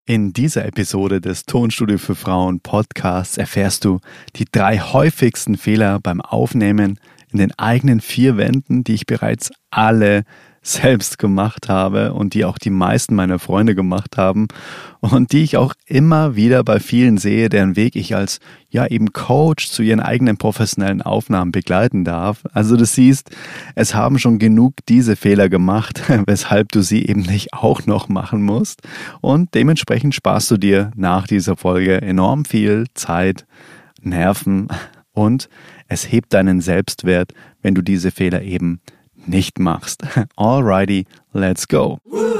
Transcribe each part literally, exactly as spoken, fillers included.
In dieser Episode des Tonstudio für Frauen Podcasts erfährst du die drei häufigsten Fehler beim Aufnehmen in den eigenen vier Wänden, die ich bereits alle selbst gemacht habe und die auch die meisten meiner Freunde gemacht haben und die ich auch immer wieder bei vielen sehe, deren Weg ich als ja eben Coach zu ihren eigenen professionellen Aufnahmen begleiten darf. Also du siehst, es haben schon genug diese Fehler gemacht, weshalb du sie eben nicht auch noch machen musst, und dementsprechend sparst du dir nach dieser Folge enorm viel Zeit, Nerven und es hebt deinen Selbstwert, wenn du diese Fehler eben nicht machst. Alrighty, let's go.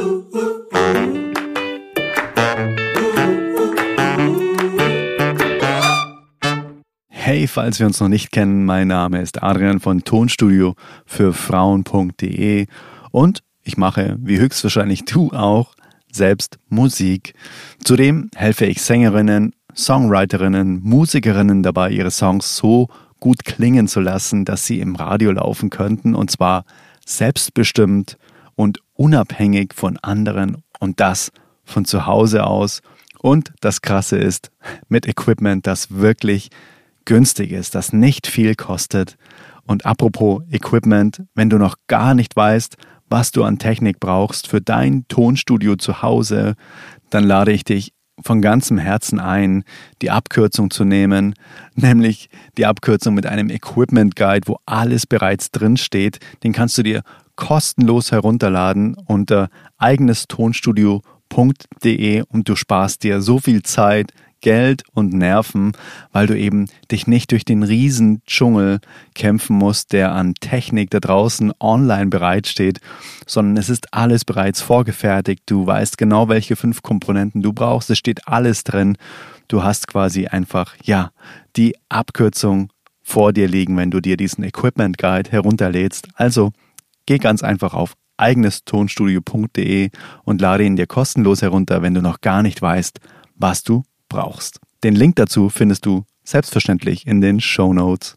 Hey, falls wir uns noch nicht kennen, mein Name ist Adrian von Tonstudio für Frauen punkt de und ich mache, wie höchstwahrscheinlich du auch, selbst Musik. Zudem helfe ich Sängerinnen, Songwriterinnen, Musikerinnen dabei, ihre Songs so gut klingen zu lassen, dass sie im Radio laufen könnten, und zwar selbstbestimmt und unabhängig von anderen, und das von zu Hause aus. Und das Krasse ist, mit Equipment, das wirklich günstig ist, das nicht viel kostet. Und apropos Equipment, wenn du noch gar nicht weißt, was du an Technik brauchst für dein Tonstudio zu Hause, dann lade ich dich von ganzem Herzen ein, die Abkürzung zu nehmen, nämlich die Abkürzung mit einem Equipment Guide, wo alles bereits drin steht. Den kannst du dir kostenlos herunterladen unter eigenestonstudio punkt de und du sparst dir so viel Zeit, Geld und Nerven, weil du eben dich nicht durch den riesen Dschungel kämpfen musst, der an Technik da draußen online bereitsteht, sondern es ist alles bereits vorgefertigt. Du weißt genau, welche fünf Komponenten du brauchst. Es steht alles drin. Du hast quasi einfach, ja, die Abkürzung vor dir liegen, wenn du dir diesen Equipment Guide herunterlädst. Also geh ganz einfach auf eigenestonstudio punkt de und lade ihn dir kostenlos herunter, wenn du noch gar nicht weißt, was du brauchst. Den Link dazu findest du selbstverständlich in den Shownotes.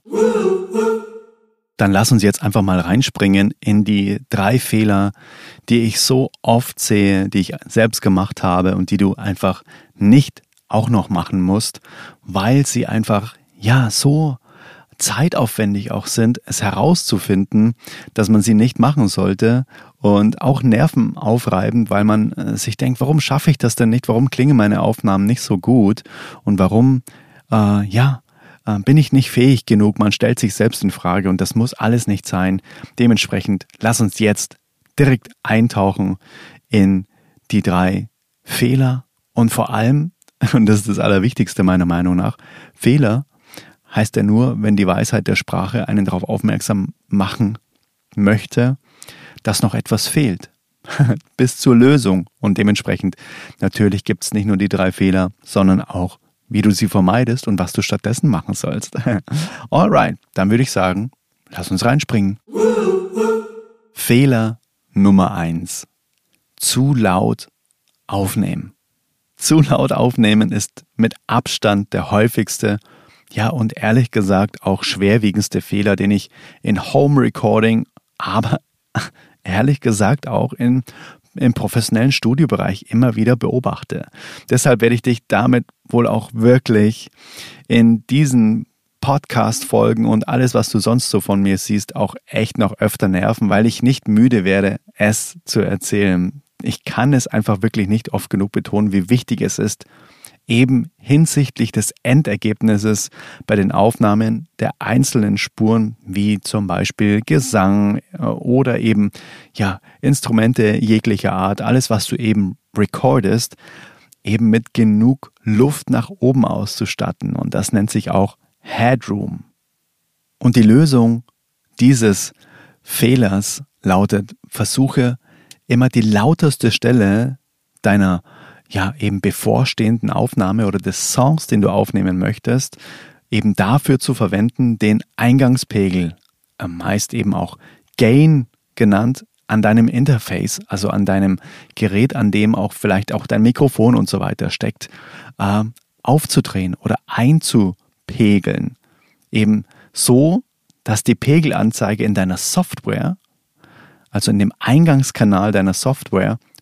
Dann lass uns jetzt einfach mal reinspringen in die drei Fehler, die ich so oft sehe, die ich selbst gemacht habe und die du einfach nicht auch noch machen musst, weil sie einfach ja so zeitaufwendig auch sind, es herauszufinden, dass man sie nicht machen sollte, und auch nervenaufreibend, weil man äh, sich denkt, warum schaffe ich das denn nicht, warum klingen meine Aufnahmen nicht so gut und warum äh, ja, äh, bin ich nicht fähig genug, man stellt sich selbst in Frage und das muss alles nicht sein. Dementsprechend lass uns jetzt direkt eintauchen in die drei Fehler und vor allem, und das ist das Allerwichtigste meiner Meinung nach, Fehler heißt ja nur, wenn die Weisheit der Sprache einen darauf aufmerksam machen möchte, dass noch etwas fehlt. Bis zur Lösung. Und dementsprechend, natürlich gibt es nicht nur die drei Fehler, sondern auch, wie du sie vermeidest und was du stattdessen machen sollst. Alright, dann würde ich sagen, lass uns reinspringen. Fehler Nummer eins. Zu laut aufnehmen. Zu laut aufnehmen ist mit Abstand der häufigste, ja, und ehrlich gesagt auch schwerwiegendste Fehler, den ich in Home Recording, aber ehrlich gesagt auch in, im professionellen Studiobereich immer wieder beobachte. Deshalb werde ich dich damit wohl auch wirklich in diesen Podcast-Folgen und alles, was du sonst so von mir siehst, auch echt noch öfter nerven, weil ich nicht müde werde, es zu erzählen. Ich kann es einfach wirklich nicht oft genug betonen, wie wichtig es ist, eben hinsichtlich des Endergebnisses bei den Aufnahmen der einzelnen Spuren, wie zum Beispiel Gesang oder eben ja Instrumente jeglicher Art, alles, was du eben recordest, eben mit genug Luft nach oben auszustatten. Und das nennt sich auch Headroom. Und die Lösung dieses Fehlers lautet: Versuche immer die lauteste Stelle deiner ja eben bevorstehenden Aufnahme oder des Songs, den du aufnehmen möchtest, eben dafür zu verwenden, den Eingangspegel, meist eben auch Gain genannt, an deinem Interface, also an deinem Gerät, an dem auch vielleicht auch dein Mikrofon und so weiter steckt, äh, aufzudrehen oder einzupegeln. Eben so, dass die Pegelanzeige in deiner Software, also in dem Eingangskanal deiner Software,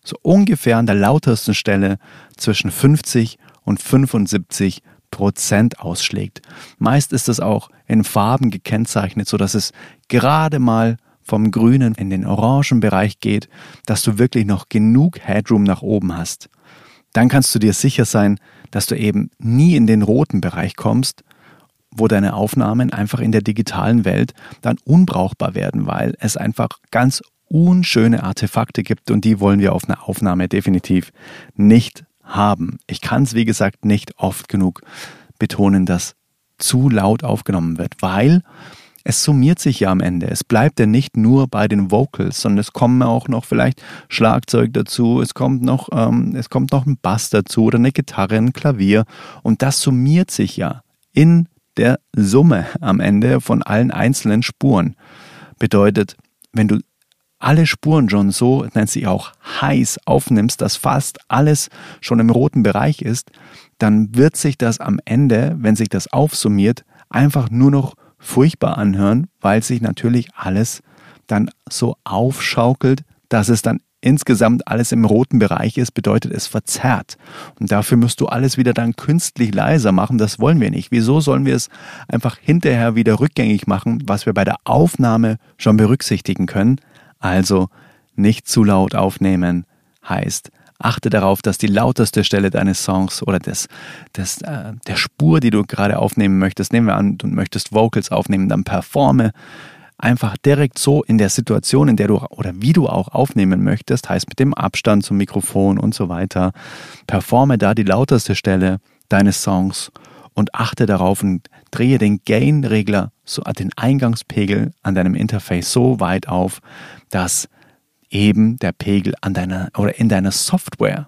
so ungefähr an der lautesten Stelle zwischen fünfzig und fünfundsiebzig Prozent ausschlägt. Meist ist es auch in Farben gekennzeichnet, sodass es gerade mal vom grünen in den orangen Bereich geht, dass du wirklich noch genug Headroom nach oben hast. Dann kannst du dir sicher sein, dass du eben nie in den roten Bereich kommst, wo deine Aufnahmen einfach in der digitalen Welt dann unbrauchbar werden, weil es einfach ganz unschöne Artefakte gibt und die wollen wir auf einer Aufnahme definitiv nicht haben. Ich kann es, wie gesagt, nicht oft genug betonen, dass zu laut aufgenommen wird, weil es summiert sich ja am Ende. Es bleibt ja nicht nur bei den Vocals, sondern es kommen auch noch vielleicht Schlagzeug dazu, es kommt noch, ähm, es kommt noch ein Bass dazu oder eine Gitarre, ein Klavier und das summiert sich ja in der Summe am Ende von allen einzelnen Spuren. Bedeutet, wenn du alle Spuren schon so, nennt sie auch heiß aufnimmst, dass fast alles schon im roten Bereich ist, dann wird sich das am Ende, wenn sich das aufsummiert, einfach nur noch furchtbar anhören, weil sich natürlich alles dann so aufschaukelt, dass es dann insgesamt alles im roten Bereich ist, bedeutet es verzerrt. Und dafür musst du alles wieder dann künstlich leiser machen. Das wollen wir nicht. Wieso sollen wir es einfach hinterher wieder rückgängig machen, was wir bei der Aufnahme schon berücksichtigen können? Also nicht zu laut aufnehmen heißt, achte darauf, dass die lauteste Stelle deines Songs oder des, des, äh, der Spur, die du gerade aufnehmen möchtest, nehmen wir an, du möchtest Vocals aufnehmen, dann performe einfach direkt so in der Situation, in der du oder wie du auch aufnehmen möchtest, heißt mit dem Abstand zum Mikrofon und so weiter. Performe da die lauteste Stelle deines Songs und achte darauf und drehe den Gain-Regler, so den Eingangspegel an deinem Interface so weit auf, dass eben der Pegel an deiner oder in deiner Software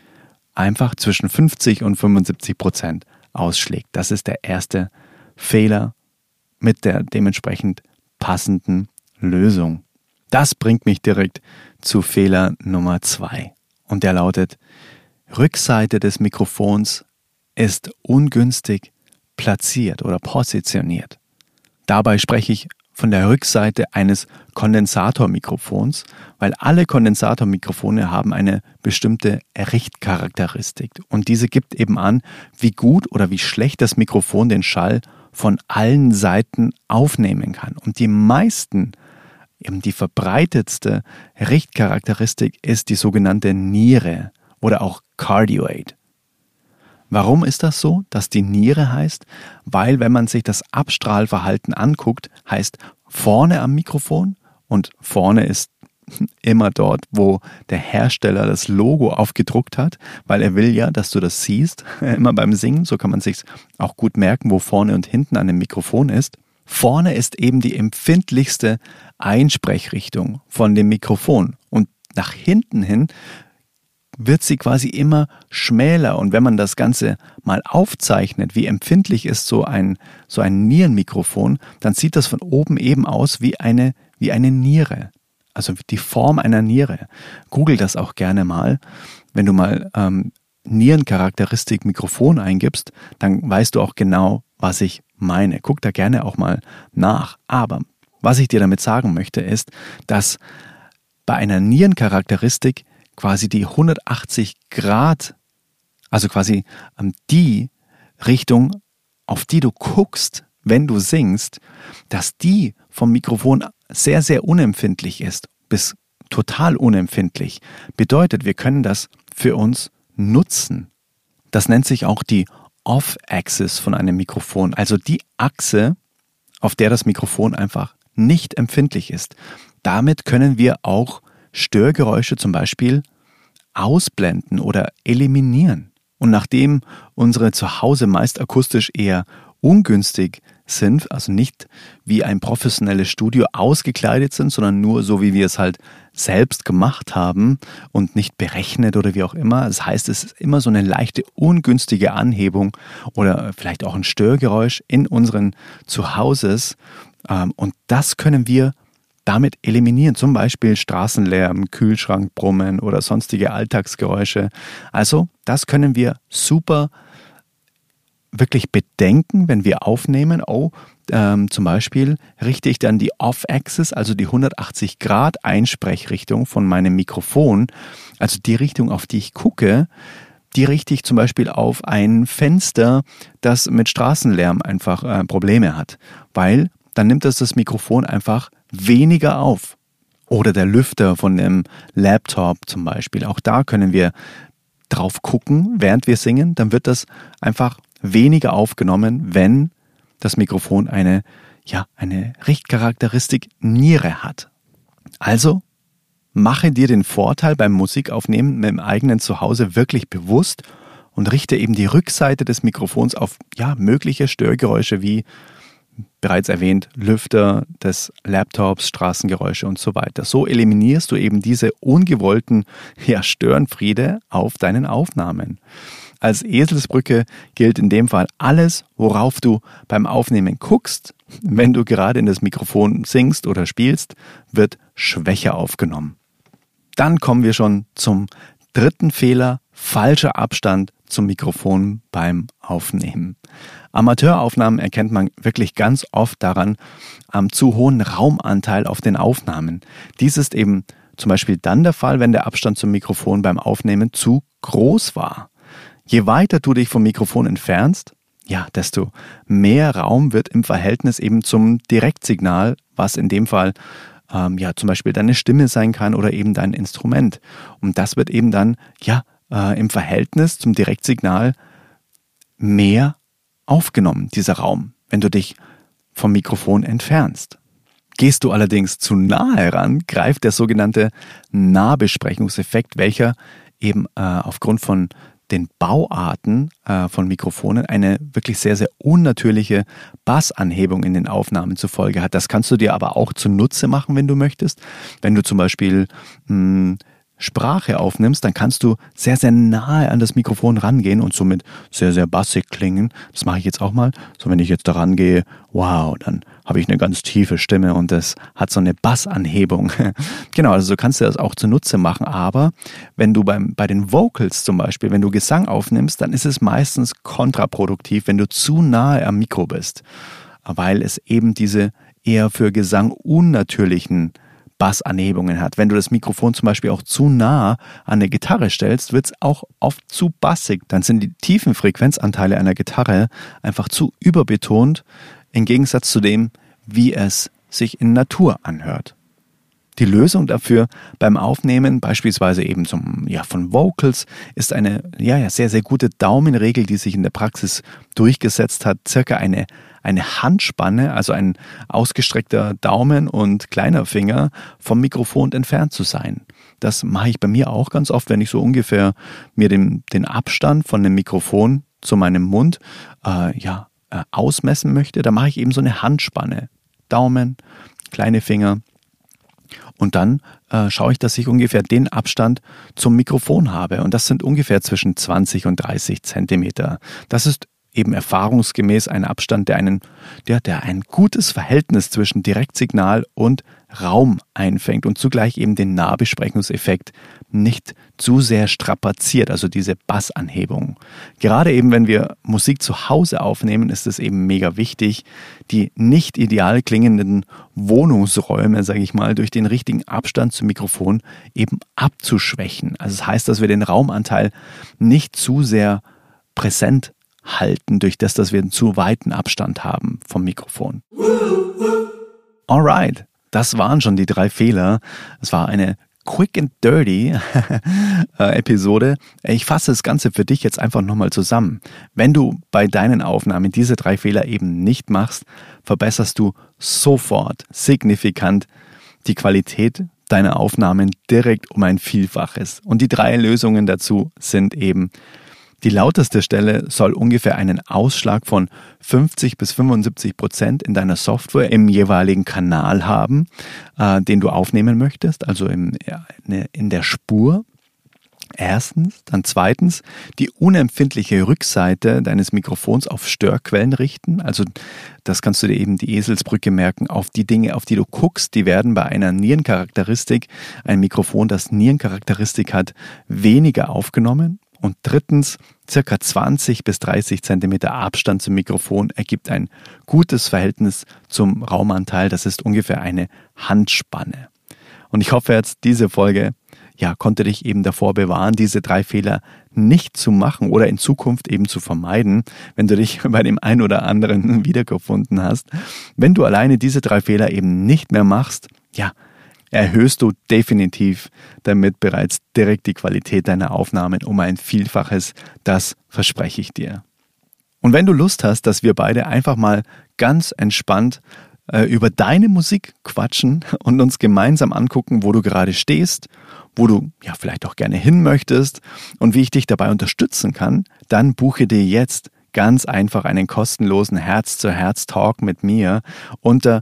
einfach zwischen fünfzig und fünfundsiebzig Prozent ausschlägt. Das ist der erste Fehler mit der dementsprechend passenden Lösung. Das bringt mich direkt zu Fehler Nummer zwei. Und der lautet: Rückseite des Mikrofons ist ungünstig platziert oder positioniert. Dabei spreche ich von der Rückseite eines Kondensatormikrofons, weil alle Kondensatormikrofone haben eine bestimmte Richtcharakteristik und diese gibt eben an, wie gut oder wie schlecht das Mikrofon den Schall von allen Seiten aufnehmen kann. Und die meisten, eben die verbreitetste Richtcharakteristik ist die sogenannte Niere oder auch Cardioid. Warum ist das so, dass die Niere heißt? Weil, wenn man sich das Abstrahlverhalten anguckt, heißt vorne am Mikrofon, und vorne ist immer dort, wo der Hersteller das Logo aufgedruckt hat, weil er will ja, dass du das siehst, immer beim Singen, so kann man sich auch gut merken, wo vorne und hinten an dem Mikrofon ist. Vorne ist eben die empfindlichste Einsprechrichtung von dem Mikrofon und nach hinten hin wird sie quasi immer schmäler. Und wenn man das Ganze mal aufzeichnet, wie empfindlich ist so ein, so ein Nierenmikrofon, dann sieht das von oben eben aus wie eine, wie eine Niere. Also die Form einer Niere. Google das auch gerne mal. Wenn du mal ähm, Nierencharakteristik Mikrofon eingibst, dann weißt du auch genau, was ich meine. Guck da gerne auch mal nach. Aber was ich dir damit sagen möchte, ist, dass bei einer Nierencharakteristik quasi die hundertachtzig Grad, also quasi ähm, die Richtung, auf die du guckst, wenn du singst, dass die vom Mikrofon sehr, sehr unempfindlich ist, bis total unempfindlich. Bedeutet, wir können das für uns nutzen. Das nennt sich auch die Off-Axis von einem Mikrofon, also die Achse, auf der das Mikrofon einfach nicht empfindlich ist. Damit können wir auch Störgeräusche zum Beispiel ausblenden oder eliminieren. Und nachdem unsere Zuhause meist akustisch eher ungünstig sind, also nicht wie ein professionelles Studio ausgekleidet sind, sondern nur so, wie wir es halt selbst gemacht haben und nicht berechnet oder wie auch immer. Das heißt, es ist immer so eine leichte ungünstige Anhebung oder vielleicht auch ein Störgeräusch in unseren Zuhauses. Und das können wir damit eliminieren, zum Beispiel Straßenlärm, Kühlschrankbrummen oder sonstige Alltagsgeräusche. Also das können wir super wirklich bedenken, wenn wir aufnehmen, oh, ähm, zum Beispiel richte ich dann die Off-Axis, also die hundertachtzig Grad Einsprechrichtung von meinem Mikrofon, also die Richtung, auf die ich gucke, die richte ich zum Beispiel auf ein Fenster, das mit Straßenlärm einfach äh, Probleme hat, weil dann nimmt das das Mikrofon einfach weniger auf. Oder der Lüfter von dem Laptop zum Beispiel, auch da können wir drauf gucken, während wir singen, dann wird das einfach weniger aufgenommen, wenn das Mikrofon eine, ja, eine Richtcharakteristik Niere hat. Also mache dir den Vorteil beim Musikaufnehmen mit dem eigenen Zuhause wirklich bewusst und richte eben die Rückseite des Mikrofons auf ja, mögliche Störgeräusche wie bereits erwähnt, Lüfter des Laptops, Straßengeräusche und so weiter. So eliminierst du eben diese ungewollten ja, Störenfriede auf deinen Aufnahmen. Als Eselsbrücke gilt in dem Fall alles, worauf du beim Aufnehmen guckst, wenn du gerade in das Mikrofon singst oder spielst, wird schwächer aufgenommen. Dann kommen wir schon zum dritten Fehler, falscher Abstand zum Mikrofon beim Aufnehmen. Amateuraufnahmen erkennt man wirklich ganz oft daran, am zu hohen Raumanteil auf den Aufnahmen. Dies ist eben zum Beispiel dann der Fall, wenn der Abstand zum Mikrofon beim Aufnehmen zu groß war. Je weiter du dich vom Mikrofon entfernst, ja, desto mehr Raum wird im Verhältnis eben zum Direktsignal, was in dem Fall ähm, ja zum Beispiel deine Stimme sein kann oder eben dein Instrument. Und das wird eben dann ja äh, im Verhältnis zum Direktsignal mehr aufgenommen, dieser Raum, wenn du dich vom Mikrofon entfernst. Gehst du allerdings zu nahe ran, greift der sogenannte Nahbesprechungseffekt, welcher eben äh, aufgrund von den Bauarten äh, von Mikrofonen eine wirklich sehr, sehr unnatürliche Bassanhebung in den Aufnahmen zur Folge hat. Das kannst du dir aber auch zunutze machen, wenn du möchtest. Wenn du zum Beispiel mh, Sprache aufnimmst, dann kannst du sehr, sehr nahe an das Mikrofon rangehen und somit sehr, sehr bassig klingen. Das mache ich jetzt auch mal. So, wenn ich jetzt da rangehe, wow, dann habe ich eine ganz tiefe Stimme und das hat so eine Bassanhebung. Genau, also so kannst du das auch zunutze machen. Aber wenn du beim, bei den Vocals zum Beispiel, wenn du Gesang aufnimmst, dann ist es meistens kontraproduktiv, wenn du zu nahe am Mikro bist, weil es eben diese eher für Gesang unnatürlichen Bassanhebungen hat. Wenn du das Mikrofon zum Beispiel auch zu nah an eine Gitarre stellst, wird es auch oft zu bassig. Dann sind die tiefen Frequenzanteile einer Gitarre einfach zu überbetont, im Gegensatz zu dem, wie es sich in Natur anhört. Die Lösung dafür beim Aufnehmen, beispielsweise eben zum, ja, von Vocals, ist eine ja, ja, sehr, sehr gute Daumenregel, die sich in der Praxis durchgesetzt hat. Circa eine, eine Handspanne, also ein ausgestreckter Daumen und kleiner Finger vom Mikrofon entfernt zu sein. Das mache ich bei mir auch ganz oft, wenn ich so ungefähr mir den, den Abstand von dem Mikrofon zu meinem Mund äh, ja, äh, ausmessen möchte. Da mache ich eben so eine Handspanne. Daumen, kleine Finger. Und dann äh, schaue ich, dass ich ungefähr den Abstand zum Mikrofon habe. Und das sind ungefähr zwischen zwanzig und dreißig Zentimeter. Das ist eben erfahrungsgemäß ein Abstand, der, einen, der, der ein gutes Verhältnis zwischen Direktsignal und Raum einfängt und zugleich eben den Nahbesprechungseffekt nicht zu sehr strapaziert, also diese Bassanhebung. Gerade eben, wenn wir Musik zu Hause aufnehmen, ist es eben mega wichtig, die nicht ideal klingenden Wohnungsräume, sage ich mal, durch den richtigen Abstand zum Mikrofon eben abzuschwächen. Also das heißt, dass wir den Raumanteil nicht zu sehr präsent halten, durch das, dass wir einen zu weiten Abstand haben vom Mikrofon. Alright, das waren schon die drei Fehler. Es war eine Quick and Dirty Episode. Ich fasse das Ganze für dich jetzt einfach nochmal zusammen. Wenn du bei deinen Aufnahmen diese drei Fehler eben nicht machst, verbesserst du sofort signifikant die Qualität deiner Aufnahmen direkt um ein Vielfaches. Und die drei Lösungen dazu sind eben: Die lauteste Stelle soll ungefähr einen Ausschlag von fünfzig bis fünfundsiebzig Prozent in deiner Software im jeweiligen Kanal haben, äh, den du aufnehmen möchtest, also im, ja, in der Spur. Erstens, dann zweitens, die unempfindliche Rückseite deines Mikrofons auf Störquellen richten. Also das kannst du dir eben die Eselsbrücke merken, auf die Dinge, auf die du guckst, die werden bei einer Nierencharakteristik, ein Mikrofon, das Nierencharakteristik hat, weniger aufgenommen. Und drittens, circa zwanzig bis dreißig Zentimeter Abstand zum Mikrofon ergibt ein gutes Verhältnis zum Raumanteil. Das ist ungefähr eine Handspanne. Und ich hoffe jetzt, diese Folge ja, konnte dich eben davor bewahren, diese drei Fehler nicht zu machen oder in Zukunft eben zu vermeiden, wenn du dich bei dem einen oder anderen wiedergefunden hast. Wenn du alleine diese drei Fehler eben nicht mehr machst, ja, erhöhst du definitiv damit bereits direkt die Qualität deiner Aufnahmen um ein Vielfaches. Das verspreche ich dir. Und wenn du Lust hast, dass wir beide einfach mal ganz entspannt äh, über deine Musik quatschen und uns gemeinsam angucken, wo du gerade stehst, wo du ja vielleicht auch gerne hin möchtest und wie ich dich dabei unterstützen kann, dann buche dir jetzt ganz einfach einen kostenlosen Herz-zu-Herz-Talk mit mir unter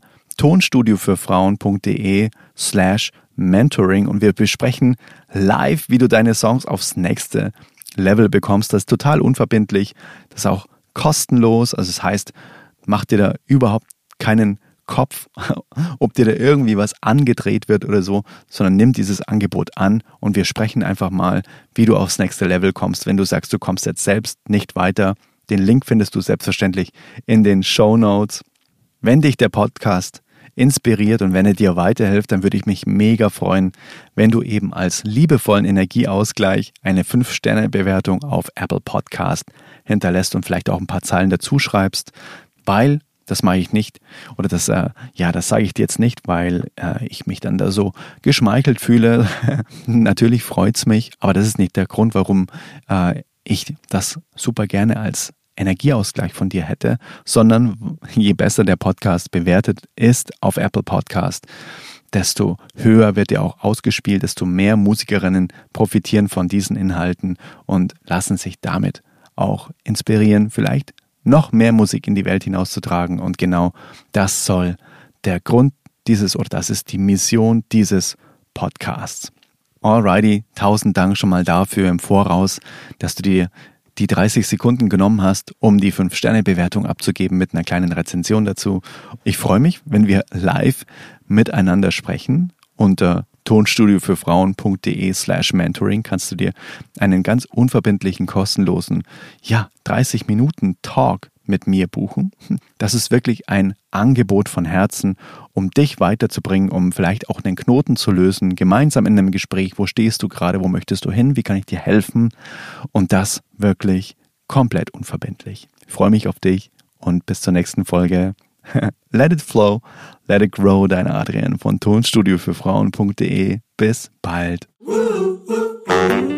tonstudiofürfrauen.de slash mentoring und wir besprechen live, wie du deine Songs aufs nächste Level bekommst. Das ist total unverbindlich, das ist auch kostenlos, also das heißt, mach dir da überhaupt keinen Kopf, ob dir da irgendwie was angedreht wird oder so, sondern nimm dieses Angebot an und wir sprechen einfach mal, wie du aufs nächste Level kommst, wenn du sagst, du kommst jetzt selbst nicht weiter. Den Link findest du selbstverständlich in den Shownotes. Wenn dich der Podcast inspiriert und wenn er dir weiterhilft, dann würde ich mich mega freuen, wenn du eben als liebevollen Energieausgleich eine fünf Sterne Bewertung auf Apple Podcast hinterlässt und vielleicht auch ein paar Zeilen dazu schreibst, weil das mache ich nicht oder das, äh, ja, das sage ich dir jetzt nicht, weil äh, ich mich dann da so geschmeichelt fühle. Natürlich freut es mich, aber das ist nicht der Grund, warum äh, ich das super gerne als Energieausgleich von dir hätte, sondern je besser der Podcast bewertet ist auf Apple Podcast, desto höher wird er auch ausgespielt, desto mehr Musikerinnen profitieren von diesen Inhalten und lassen sich damit auch inspirieren, vielleicht noch mehr Musik in die Welt hinauszutragen und genau das soll der Grund dieses oder das ist die Mission dieses Podcasts. Alrighty, tausend Dank schon mal dafür im Voraus, dass du dir die dreißig Sekunden genommen hast, um die fünf Sterne Bewertung abzugeben mit einer kleinen Rezension dazu. Ich freue mich, wenn wir live miteinander sprechen. Unter tonstudiofürfrauen.de slash mentoring kannst du dir einen ganz unverbindlichen, kostenlosen, ja, dreißig Minuten Talk mit mir buchen. Das ist wirklich ein Angebot von Herzen, um dich weiterzubringen, um vielleicht auch einen Knoten zu lösen, gemeinsam in einem Gespräch, wo stehst du gerade, wo möchtest du hin, wie kann ich dir helfen und das wirklich komplett unverbindlich. Ich freue mich auf dich und bis zur nächsten Folge. Let it flow, let it grow, dein Adrian von tonstudiofürfrauen.de. Bis bald.